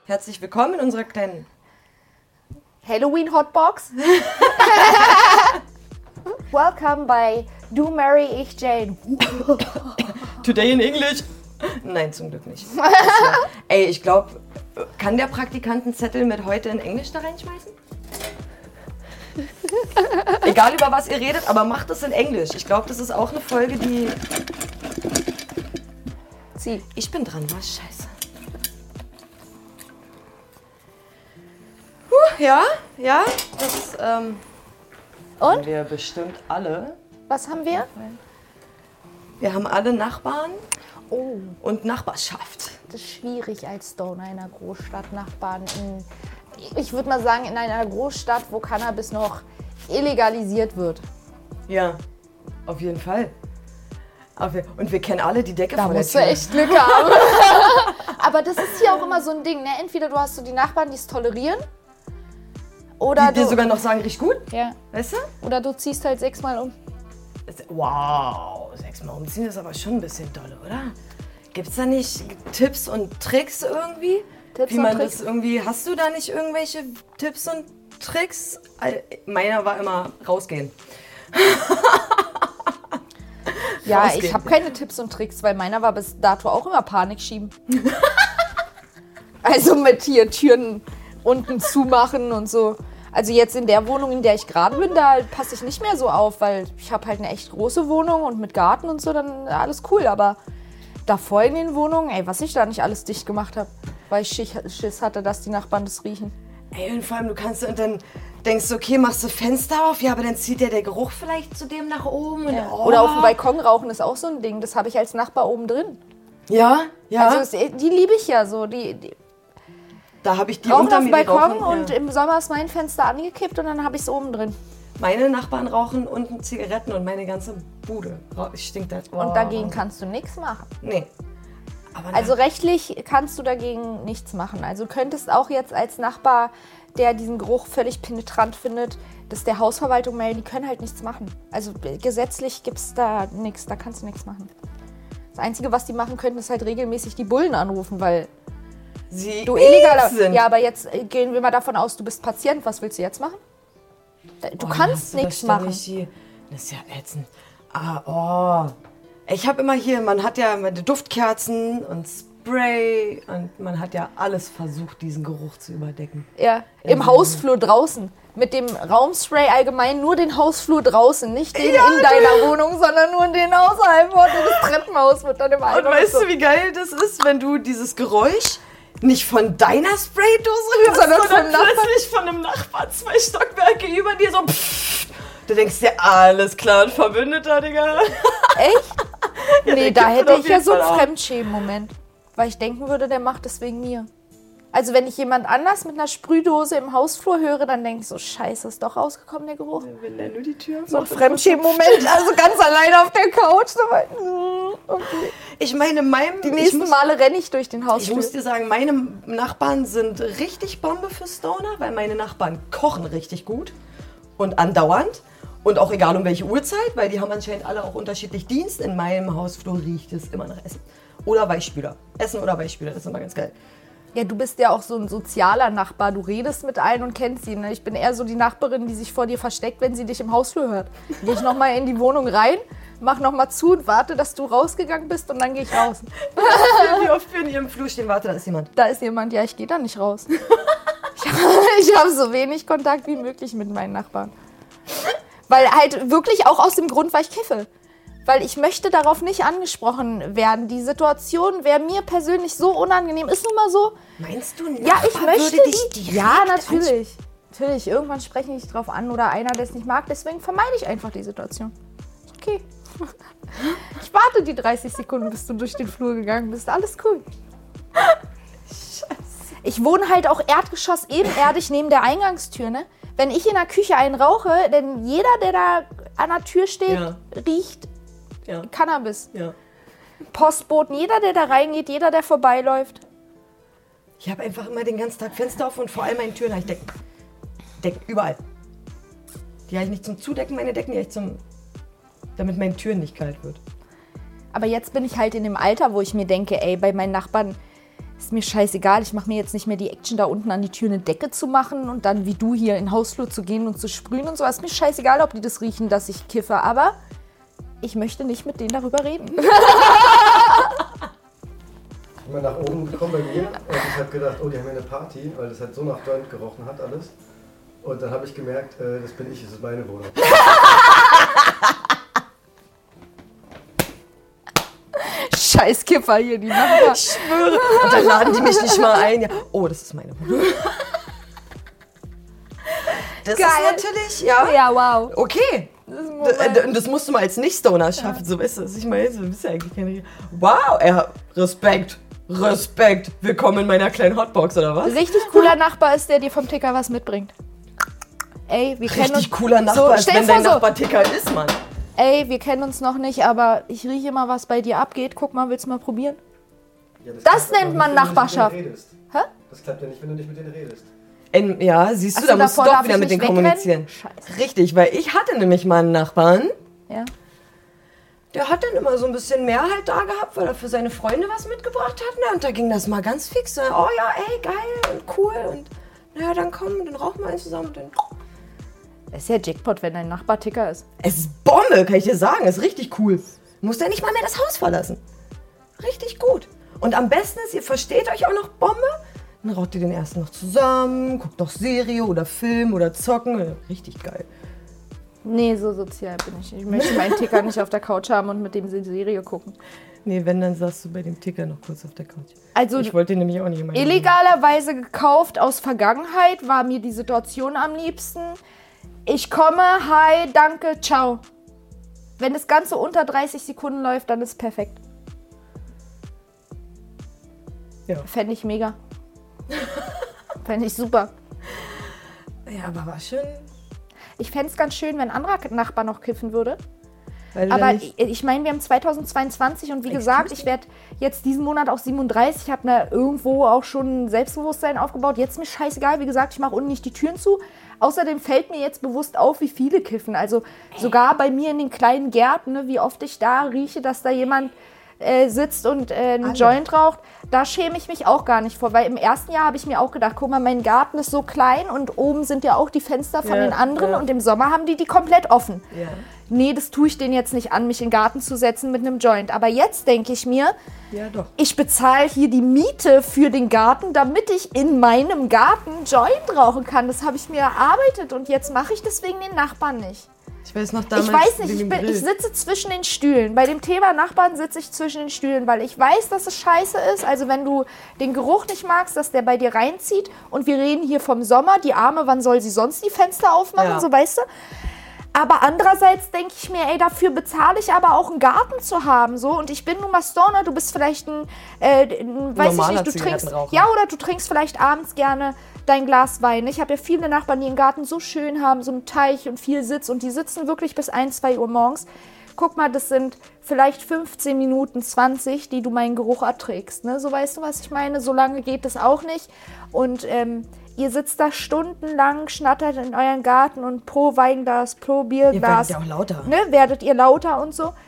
Herzlich willkommen in unserer kleinen Halloween Hotbox. Welcome bei Du Marry Ich Jane. Today in English. Nein, zum Glück nicht. Ey, ich glaube, kann der Praktikant einen Zettel mit heute in Englisch da reinschmeißen? Egal über was ihr redet, aber macht es in Englisch. Ich glaube, das ist auch eine Folge, die... Ich bin dran, was? Scheiße. Ja, das Und? wir bestimmt alle. Was haben wir? Wir haben alle Nachbarn Oh, und Nachbarschaft. das ist schwierig als Stoner in einer Großstadt Nachbarn. Ich würde mal sagen, in einer Großstadt, wo Cannabis noch illegalisiert wird. Ja, auf jeden Fall. Und wir kennen alle die Decke Da vor der musst du Tür. echt Glück haben. Aber das ist hier auch immer so ein Ding, ne? Entweder du hast so die Nachbarn, die es tolerieren, oder Die dir du, sogar noch sagen, riecht gut, ja, weißt du? oder du ziehst halt 6-mal um. Wow, 6-mal umziehen ist aber schon ein bisschen doll, oder? Gibt's da nicht Tipps und Tricks irgendwie? Tipps Wie und man Tricks? das irgendwie... Hast du da nicht irgendwelche Tipps und Tricks? Meiner war immer rausgehen. Ja, Rausgehen. ich habe keine Tipps und Tricks, weil meiner war bis dato auch immer Panik schieben. Also mit hier Türen unten zumachen und so. Also jetzt in der Wohnung, in der ich gerade bin, da passe ich nicht mehr so auf, weil ich habe halt eine echt große Wohnung und mit Garten und so, dann alles cool. Aber davor in den Wohnungen, ey, was ich da nicht alles dicht gemacht habe, weil ich Schiss hatte, dass die Nachbarn das riechen. Ey, und vor allem, du kannst und dann denkst du, okay, machst du Fenster auf, ja, aber dann zieht der Geruch vielleicht zu dem nach oben. Und, Ja. Oder auf dem Balkon rauchen ist auch so ein Ding, das habe ich als Nachbar oben drin. Ja. Also die liebe ich ja so, Da habe ich die rauchen unter auf dem mir, die Balkon rauchen, und ja. im Sommer ist mein Fenster angekippt und dann habe ich es oben drin. Meine Nachbarn rauchen unten Zigaretten und meine ganze Bude stinkt das. Und dagegen kannst du nichts machen. Nee. Aber Also rechtlich kannst du dagegen nichts machen. Also du könntest auch jetzt als Nachbar, der diesen Geruch völlig penetrant findet, das der Hausverwaltung melden, die können halt nichts machen. Also gesetzlich gibt es da nichts, da kannst du nichts machen. Das Einzige, was die machen könnten, ist halt regelmäßig die Bullen anrufen, weil sie du illegaler... sind. Ja, aber jetzt gehen wir mal davon aus, du bist Patient, was willst du jetzt machen? Du kannst nichts machen. Das ist ja ätzend. Ich habe immer hier, man hat ja Duftkerzen und Spray und man hat ja alles versucht, diesen Geruch zu überdecken. Ja, im Hausflur draußen. Mit dem Raumspray allgemein nur den Hausflur draußen, nicht den in deiner Wohnung, sondern nur den außerhalb. Und das Treppenhaus wird dann im Und weißt du, wie geil das ist, wenn du dieses Geräusch nicht von deiner Spraydose hörst, Sondern sondern vom Nachbarn. plötzlich von einem Nachbarn 2 Stockwerke über dir so pfff. Du denkst dir, alles klar, ein Verbündeter, Digga. Echt? Ja, Nee, der da kippt hätte auf ich ja jeden so einen Fall auf. Fremdschämen-Moment. Weil ich denken würde, der macht das wegen mir. Also wenn ich jemand anders mit einer Sprühdose im Hausflur höre, dann denke ich so, scheiße, ist doch rausgekommen, der Geruch. Wenn der nur die Tür So ein aufmacht, Fremdschämen-Moment, also ganz alleine auf der Couch. So, okay. Ich meine, Die nächsten Male renne ich durch den Ich Hausflur. muss dir sagen, meine Nachbarn sind richtig Bombe für Stoner, weil meine Nachbarn kochen richtig gut und andauernd. Und auch egal um welche Uhrzeit, weil die haben anscheinend alle auch unterschiedlich Dienst. In meinem Hausflur riecht es immer nach Essen. Oder Weichspüler. Essen oder Weichspüler, das ist immer ganz geil. Ja, du bist ja auch so ein sozialer Nachbar. Du redest mit allen und kennst sie. Ne? Ich bin eher so die Nachbarin, die sich vor dir versteckt, wenn sie dich im Hausflur hört. Gehe ich nochmal in die Wohnung rein, mach nochmal zu und warte, dass du rausgegangen bist und dann gehe ich raus. Wie oft wir in ihrem Flur stehen, warte, da ist jemand. Da ist jemand, ja, ich gehe da nicht raus. Ich habe so wenig Kontakt wie möglich mit meinen Nachbarn. Weil halt wirklich auch aus dem Grund, weil ich kiffe. Weil ich möchte darauf nicht angesprochen werden. Die Situation wäre mir persönlich so unangenehm. Ist nun mal so. Meinst du, ein Ja, ich Nachbar möchte würde dich die. direkt Ja, natürlich. Natürlich, irgendwann spreche ich drauf an oder einer, der es nicht mag. Deswegen vermeide ich einfach die Situation. Okay. Ich warte die 30 Sekunden, bis du durch den Flur gegangen bist. Alles cool. Ich wohne halt auch Erdgeschoss ebenerdig neben der Eingangstür, ne? Wenn ich in der Küche einen rauche, denn jeder, der da an der Tür steht, Ja. riecht Ja, Cannabis. ja. Postboten, jeder, der da reingeht, jeder, der vorbeiläuft. Ich habe einfach immer den ganzen Tag Fenster auf und vor allem meine Türen habe ich Decken. Decken, überall. Die habe ich nicht zum Zudecken, meine Decken, die habe ich damit meine Türen nicht kalt wird. Aber jetzt bin ich halt in dem Alter, wo ich mir denke, ey, bei meinen Nachbarn, ist mir scheißegal. Ich mache mir jetzt nicht mehr die Action, da unten an die Tür eine Decke zu machen und dann wie du hier in den Hausflur zu gehen und zu sprühen und so. Ist mir scheißegal, ob die das riechen, dass ich kiffe, aber ich möchte nicht mit denen darüber reden. Ich bin mal nach oben gekommen bei mir und ich habe gedacht, oh, die haben ja eine Party, weil das halt so nach Joint gerochen hat alles. Und dann habe ich gemerkt, das bin ich, das ist meine Wohnung. Scheiß Kiffer hier, die Nachbarn. Ich schwöre. Und dann laden die mich nicht mal ein. Ja. Oh, das ist meine Wohnung. Das Geil. ist natürlich, ja. Ja, wow. Okay. Das musst du mal als Nicht-Stoner schaffen, so weißt du, was ich meine. Du bist ja eigentlich keine. Wow, Respekt. Respekt. Willkommen in meiner kleinen Hotbox, oder was? Richtig cooler Nachbar ist, der dir vom Ticker was mitbringt. Ey, wir kennen uns. Richtig cooler Nachbar ist, stell wenn dir dein vor, Nachbar Ticker ist, Mann. Ey, wir kennen uns noch nicht, aber ich rieche immer, was bei dir abgeht. Guck mal, willst du mal probieren? Ja, Das klappt nennt aber man nicht, wenn du Nachbarschaft. nicht mit denen redest. Hä? Das klappt ja nicht, wenn du nicht mit denen redest. Ja, siehst du, Ach so, da musst du davor doch darf wieder ich mit denen nicht wegrennen? kommunizieren. Scheiße. Richtig, weil ich hatte nämlich mal einen Nachbarn, Ja. der hat dann immer so ein bisschen mehr halt da gehabt, weil er für seine Freunde was mitgebracht hat. Ne? Und da ging das mal ganz fix. So, oh ja, ey, geil und cool. Und naja, dann komm, dann rauchen wir einen zusammen. Und dann Das ist ja Jackpot, wenn dein Nachbar Ticker ist. es ist Bombe, kann ich dir sagen. Es ist richtig cool. Muss ja nicht mal mehr das Haus verlassen. Richtig gut. Und am besten ist, ihr versteht euch auch noch Bombe. Dann raucht ihr den ersten noch zusammen, guckt noch Serie oder Film oder zocken. Richtig geil. Nee, so sozial bin ich. Ich möchte meinen Ticker nicht auf der Couch haben und mit dem die Serie gucken. Nee, wenn, dann saßt du bei dem Ticker noch kurz auf der Couch. Also Ich wollte den nämlich auch nicht immer. illegalerweise gekauft aus Vergangenheit war mir die Situation am liebsten. Ich komme, hi, danke, ciao. Wenn das Ganze unter 30 Sekunden läuft, dann ist es perfekt. Ja. Fände ich mega. Fände ich super. Ja, aber war schön. Ich fände es ganz schön, wenn ein anderer Nachbar noch kiffen würde. Weil du Aber dann nicht, ich meine, wir haben 2022 und wie gesagt, ich werde jetzt diesen Monat auch 37. Ich habe da irgendwo auch schon ein Selbstbewusstsein aufgebaut. Jetzt ist mir scheißegal. Wie gesagt, ich mache unten nicht die Türen zu. Außerdem fällt mir jetzt bewusst auf, wie viele kiffen. Also sogar bei mir in den kleinen Gärten, ne, wie oft ich da rieche, dass da jemand sitzt und einen Joint raucht. Da schäme ich mich auch gar nicht vor. Weil im ersten Jahr habe ich mir auch gedacht, guck mal, mein Garten ist so klein und oben sind ja auch die Fenster von Ja, den anderen. ja. Und im Sommer haben die komplett offen. ja. Nee, das tue ich denen jetzt nicht an, mich in den Garten zu setzen mit einem Joint. Aber jetzt denke ich mir, Ja, doch. ich bezahle hier die Miete für den Garten, damit ich in meinem Garten Joint rauchen kann. Das habe ich mir erarbeitet und jetzt mache ich das wegen den Nachbarn nicht. Ich weiß noch damals. Ich weiß nicht, wegen dem Grill. ich sitze zwischen den Stühlen. Bei dem Thema Nachbarn sitze ich zwischen den Stühlen, weil ich weiß, dass es scheiße ist. Also wenn du den Geruch nicht magst, dass der bei dir reinzieht. Und wir reden hier vom Sommer. Die Arme, wann soll sie sonst die Fenster aufmachen? Ja. So, weißt du? Aber andererseits denke ich mir, ey, dafür bezahle ich aber auch einen Garten zu haben. So. Und ich bin nun mal Stoner, du bist vielleicht ein weiß ich Normaler nicht, du trinkst, Zigarettenraucher. ja, oder du trinkst vielleicht abends gerne dein Glas Wein. Ich habe ja viele Nachbarn, die den Garten so schön haben, so einen Teich und viel Sitz. Und die sitzen wirklich bis 1, 2 Uhr morgens. Guck mal, das sind vielleicht 15 Minuten, 20, die du meinen Geruch erträgst. Ne? So, weißt du, was ich meine? So lange geht das auch nicht. Und ihr sitzt da stundenlang, schnattert in euren Garten und pro Weinglas, pro Ihr Bierglas, werdet ja auch lauter. ne, werdet ihr lauter und so.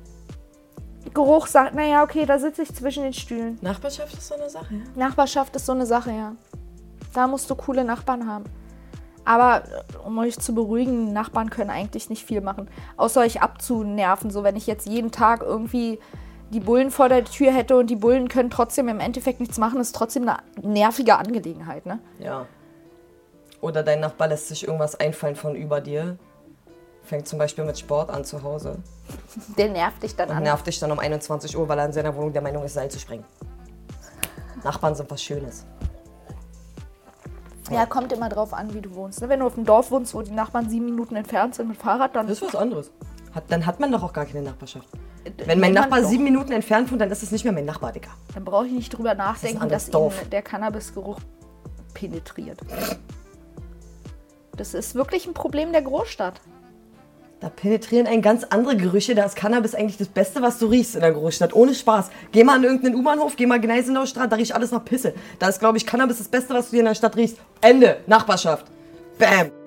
Geruch sagt, naja, okay, da sitze ich zwischen den Stühlen. Nachbarschaft ist so eine Sache, ja. Nachbarschaft ist so eine Sache, ja. Da musst du coole Nachbarn haben. Aber um euch zu beruhigen, Nachbarn können eigentlich nicht viel machen, außer euch abzunerven. So, wenn ich jetzt jeden Tag irgendwie die Bullen vor der Tür hätte und die Bullen können trotzdem im Endeffekt nichts machen, ist trotzdem eine nervige Angelegenheit, ne? Ja. Oder dein Nachbar lässt sich irgendwas einfallen von über dir. Fängt zum Beispiel mit Sport an zu Hause. Der nervt dich dann Und an. nervt dich dann um 21 Uhr, weil er in seiner Wohnung der Meinung ist, Seil zu sprengen. Nachbarn sind was Schönes. Ja, kommt immer drauf an, wie du wohnst. Ne? Wenn du auf dem Dorf wohnst, wo die Nachbarn 7 Minuten entfernt sind mit Fahrrad, dann Das ist was anderes. Dann hat man doch auch gar keine Nachbarschaft. Wenn mein nennt man Nachbar doch. 7 Minuten entfernt wohnt, dann ist es nicht mehr mein Nachbar, Digga. Dann brauche ich nicht drüber nachdenken, anderes dass Dorf. ihn der Cannabisgeruch penetriert. Das ist wirklich ein Problem der Großstadt. Da penetrieren ein ganz andere Gerüche. Da ist Cannabis eigentlich das Beste, was du riechst in der Großstadt. Ohne Spaß. Geh mal an irgendeinen U-Bahnhof, geh mal Gneisenauer Straße, da riecht alles nach Pisse. Da ist, glaube ich, Cannabis das Beste, was du hier in der Stadt riechst. Ende. Nachbarschaft. Bam.